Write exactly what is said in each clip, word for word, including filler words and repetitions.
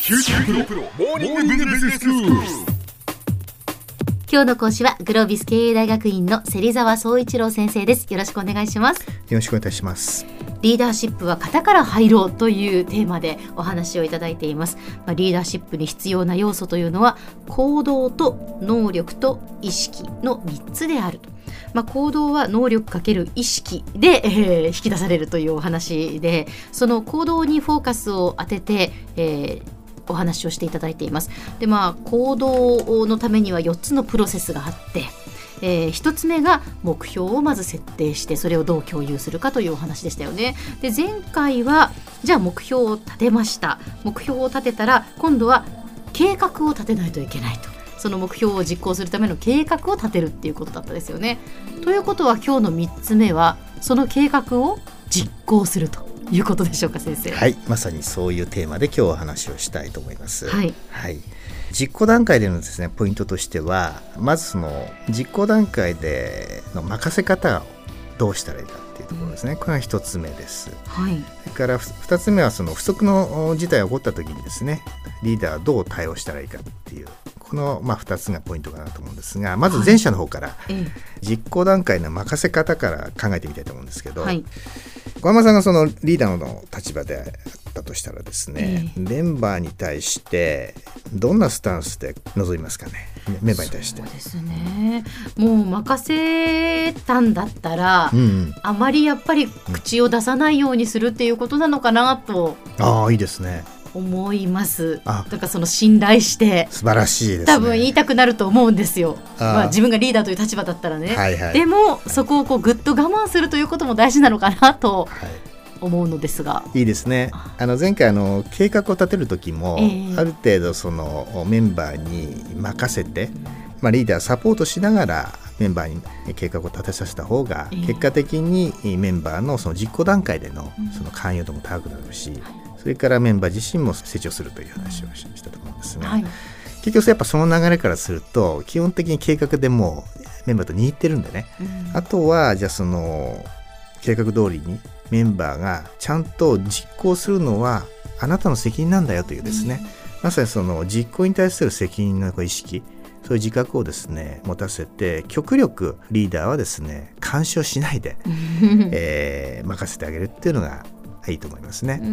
キューティープロモーニングビジネススクール。 今日の講師はグロービス経営大学院の芹沢総一郎先生です。よろしくお願いします。 よろしくお願いいたします。 リーダーシップは型から入ろうというテーマでお話をいただいています。まあ、リーダーシップに必要な要素というのは行動と能力と意識のみっつであると。まあ、行動は能力×意識で、えー、引き出されるというお話で、その行動にフォーカスを当てて、えーお話をしていただいています。で、まあ、行動のためにはよっつのプロセスがあって、えー、ひとつめが目標をまず設定してそれをどう共有するかというお話でしたよね。で、前回はじゃあ目標を立てました。目標を立てたら今度は計画を立てないといけないと。その目標を実行するための計画を立てるっていうことだったですよね。ということは今日のみっつめはその計画を実行するということでしょうか、先生。 はい、まさにそういうテーマで今日お話をしたいと思います。 はい、 はい、実行段階でのですねポイントとしては、まずその実行段階での任せ方をどうしたらいいかっていうところですね。これがひとつめです。 はい、 それからふたつめはその不測の事態が起こった時にですね、リーダーはどう対応したらいいかっていう、このまあふたつがポイントかなと思うんですが、まず前者の方から、はい、実行段階の任せ方から考えてみたいと思うんですけど、はい、小山さんがそのリーダーの立場であったとしたらですね、えー、メンバーに対してどんなスタンスで臨みますかね。メンバーに対して。 そうですね、もう任せたんだったら、うんうん、あまりやっぱり口を出さないようにするっていうことなのかなと、 うん、ああいいですね思います。だからその信頼して素晴らしいですね。 多分言いたくなると思うんですよ。あ、まあ、自分がリーダーという立場だったらね、はいはい、でもそこをこうぐっと我慢するということも大事なのかなと思うのですが、 はい、いいですね。あの前回あの計画を立てる時も、えー、ある程度そのメンバーに任せて、まあ、リーダーサポートしながらメンバーに計画を立てさせた方が、えー、結果的にメンバーのその実行段階でのその関与度も高くなるし、うん、それからメンバー自身も成長するという話をしたと思うんですが、はい、結局やっぱその流れからすると基本的に計画でもうメンバーと握ってるんでね、うん、あとはじゃあその計画通りにメンバーがちゃんと実行するのはあなたの責任なんだよというですね、うん、まさにその実行に対する責任の意識、そういう自覚をですね持たせて、極力リーダーはですね干渉しないで、えー、任せてあげるっていうのがいいと思いますね。うん、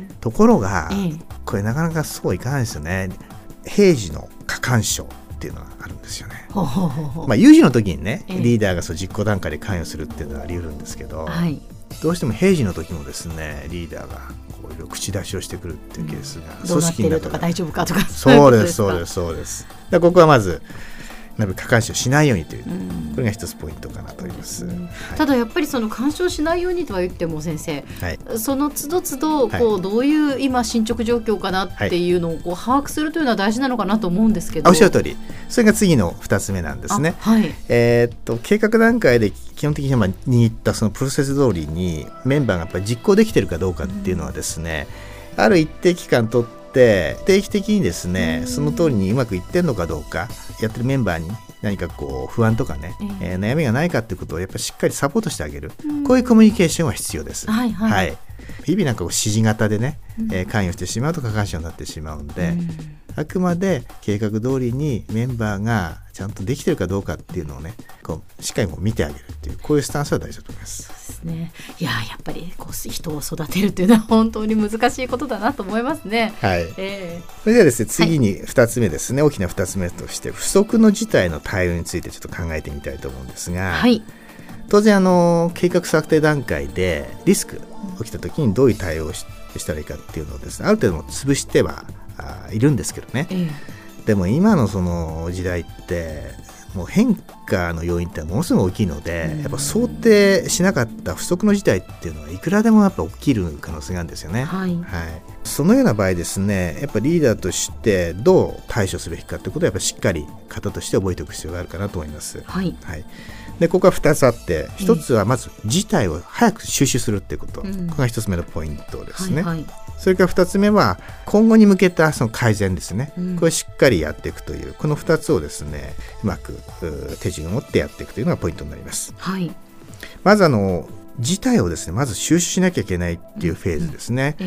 ところが、ええ、これなかなかそういかないですよね。平時の過干渉っていうのがあるんですよね。ほほほほ、まあ、有事の時にね、ええ、リーダーがそう実行段階で関与するっていうのはあり得るんですけど、はい、どうしても平時の時もですねリーダーがこういう口出しをしてくるっていうケースが、うん、 どうなってるとか大丈夫かとか、 そうですそうですそうです。だここはまず過干渉しないようにという、うん、これが一つポイントかなと思います。 うん、はい、ただやっぱりその干渉しないようにとは言っても先生、はい、その都度都度こう、はい、どういう今進捗状況かなっていうのをこう把握するというのは大事なのかなと思うんですけど、 おっしゃる通り、それが次のふたつめなんですね。はい、えー、っと計画段階で基本的に握ったそのプロセス通りにメンバーがやっぱり実行できているかどうかっていうのはですね、うん、ある一定期間とって定期的にですね、その通りにうまくいってんのかどうか、やってるメンバーに何かこう不安とかね、えーえー、悩みがないかっていうことをやっぱりしっかりサポートしてあげる、こういうコミュニケーションは必要です。はいはいはい、日々なんかこう指示型でね、えー、関与してしまうと過干渉になってしまうんで、うん、あくまで計画通りにメンバーがちゃんとできてるかどうかっていうのをね、こうしっかりこう見てあげるっていう、こういうスタンスは大事だと思います。 そうですね。いややっぱりこう人を育てるっていうのは本当に難しいことだなと思いますね。はい、えー、 それではですね、次にふたつめですね、はい、大きなふたつめとして不測の事態の対応についてちょっと考えてみたいと思うんですが、はい、当然あの計画策定段階でリスク起きた時にどういう対応を し, したらいいかっていうのをですね、ある程度も潰してはいるんですけどね、えー、でも今のその時代ってもう変化の要因ってものすごい大きいので、うん、やっぱ想定しなかった不測の事態っていうのはいくらでもやっぱ起きる可能性があるんですよね。はいはい、そのような場合ですね、やっぱリーダーとしてどう対処すべきかということをやっぱしっかり型として覚えておく必要があるかなと思います。はいはい、でここはふたつあって、ひとつはまず事態を早く収集するっていうこと、うん、ここがひとつめのポイントですね。はいはい、それからふたつめは今後に向けたその改善ですね、うん、これをしっかりやっていくという、このふたつをですねうまく手順を持ってやっていくというのがポイントになります。はい、まずあの事態をですねまず収集しなきゃいけないっていうフェーズですね。うんうんうん、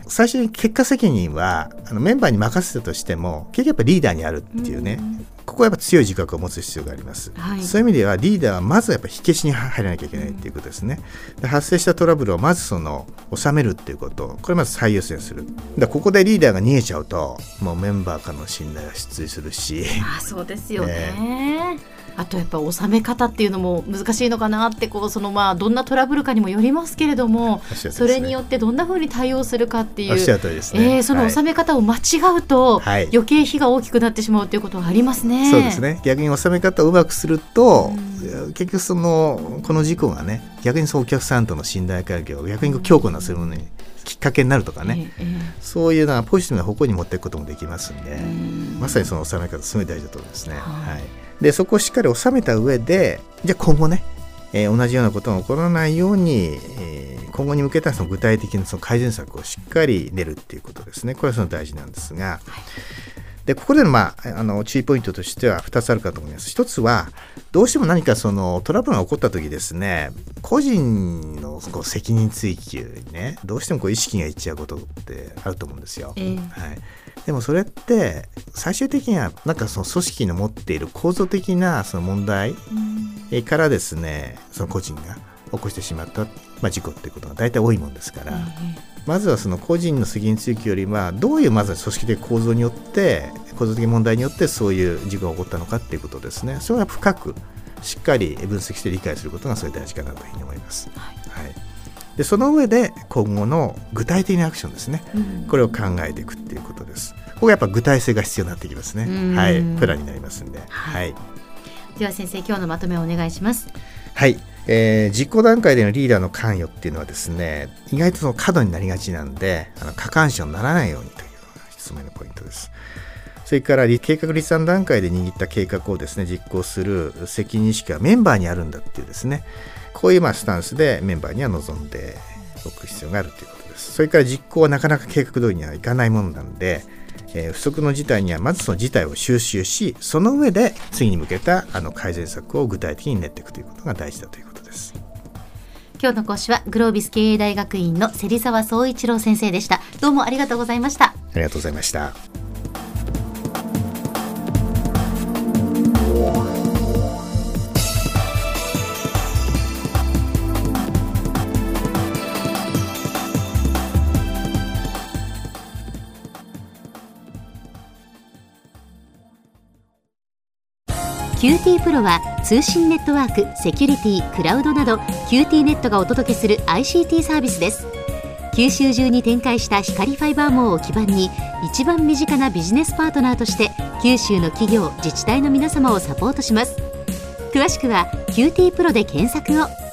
最初に結果責任はあのメンバーに任せたとしても結局やっぱリーダーにあるっていうね、うん、ここはやっぱ強い自覚を持つ必要があります、はい、そういう意味ではリーダーはまずやっぱ火消しに入らなきゃいけないっていうことですね。で発生したトラブルをまずその収めるっていうこと、これまず最優先する。だここでリーダーが逃げちゃうともうメンバーからの信頼が失墜するし、 あそうですよね、えーあとやっぱ収め方っていうのも難しいのかなってこうそのまあどんなトラブルかにもよりますけれども、ね、それによってどんな風に対応するかっていう、 おっしゃる通りですね、 えー、その収め方を間違うと、はい、余計火が大きくなってしまうということはありますね。 そうですね。逆に収め方をうまくすると、うん、結局そのこの事故がね逆にそのお客さんとの信頼関係を逆に強固なするものにきっかけになるとかね、えーえー、そういうのはポジティブな方向に持っていくこともできますんで、うんまさにその収め方すごい大事だと思いますね、はいはい。でそこをしっかり収めた上でじゃあ今後ね、えー、同じようなことが起こらないように、えー、今後に向けたその具体的なその改善策をしっかり練るっていうことですね。これはその大事なんですが、はい、でここでの、まあ、あの注意ポイントとしてはふたつあるかと思います。一つはどうしても何かそのトラブルが起こった時ですね、個人のこう責任追及にねどうしてもこう意識がいっちゃうことってあると思うんですよ、えーはい。でもそれって最終的にはなんかその組織の持っている構造的なその問題からですね、その個人が起こしてしまった、まあ、事故っていうことが大体多いもんですから、うん、まずはその個人の責任追及よりはどういうまずは組織的構造によって構造的問題によってそういう事故が起こったのかっていうことですね。それは深くしっかり分析して理解することがそれ大事かなというふうに思います、はいはい。でその上で今後の具体的なアクションですね、うん、これを考えていくっていうことです。ここがやっぱ具体性が必要になってきますね、はい、プランになりますんで、はい、 では先生今日のまとめをお願いします。 はい、えー、実行段階でのリーダーの関与っていうのはですね意外とその過度になりがちなんであの過干渉にならないようにというのが一つ目のポイントです。それから計画立案段階で握った計画をですね実行する責任意識はメンバーにあるんだっていうですねこういうまあスタンスでメンバーには臨んでおく必要があるということです。それから実行はなかなか計画通りにはいかないものなんで、えー、不測の事態にはまずその事態を収集しその上で次に向けたあの改善策を具体的に練っていくということが大事だということです。 今日の講師はグロービス経営大学院の芹沢総一郎先生でした。どうもありがとうございました。 ありがとうございました。 キューティー プロは通信ネットワーク、セキュリティ、クラウドなど キューティー ネットがお届けする アイシーティー サービスです。九州中に展開した光ファイバー網を基盤に一番身近なビジネスパートナーとして九州の企業、自治体の皆様をサポートします。詳しくは キューティー プロで検索を。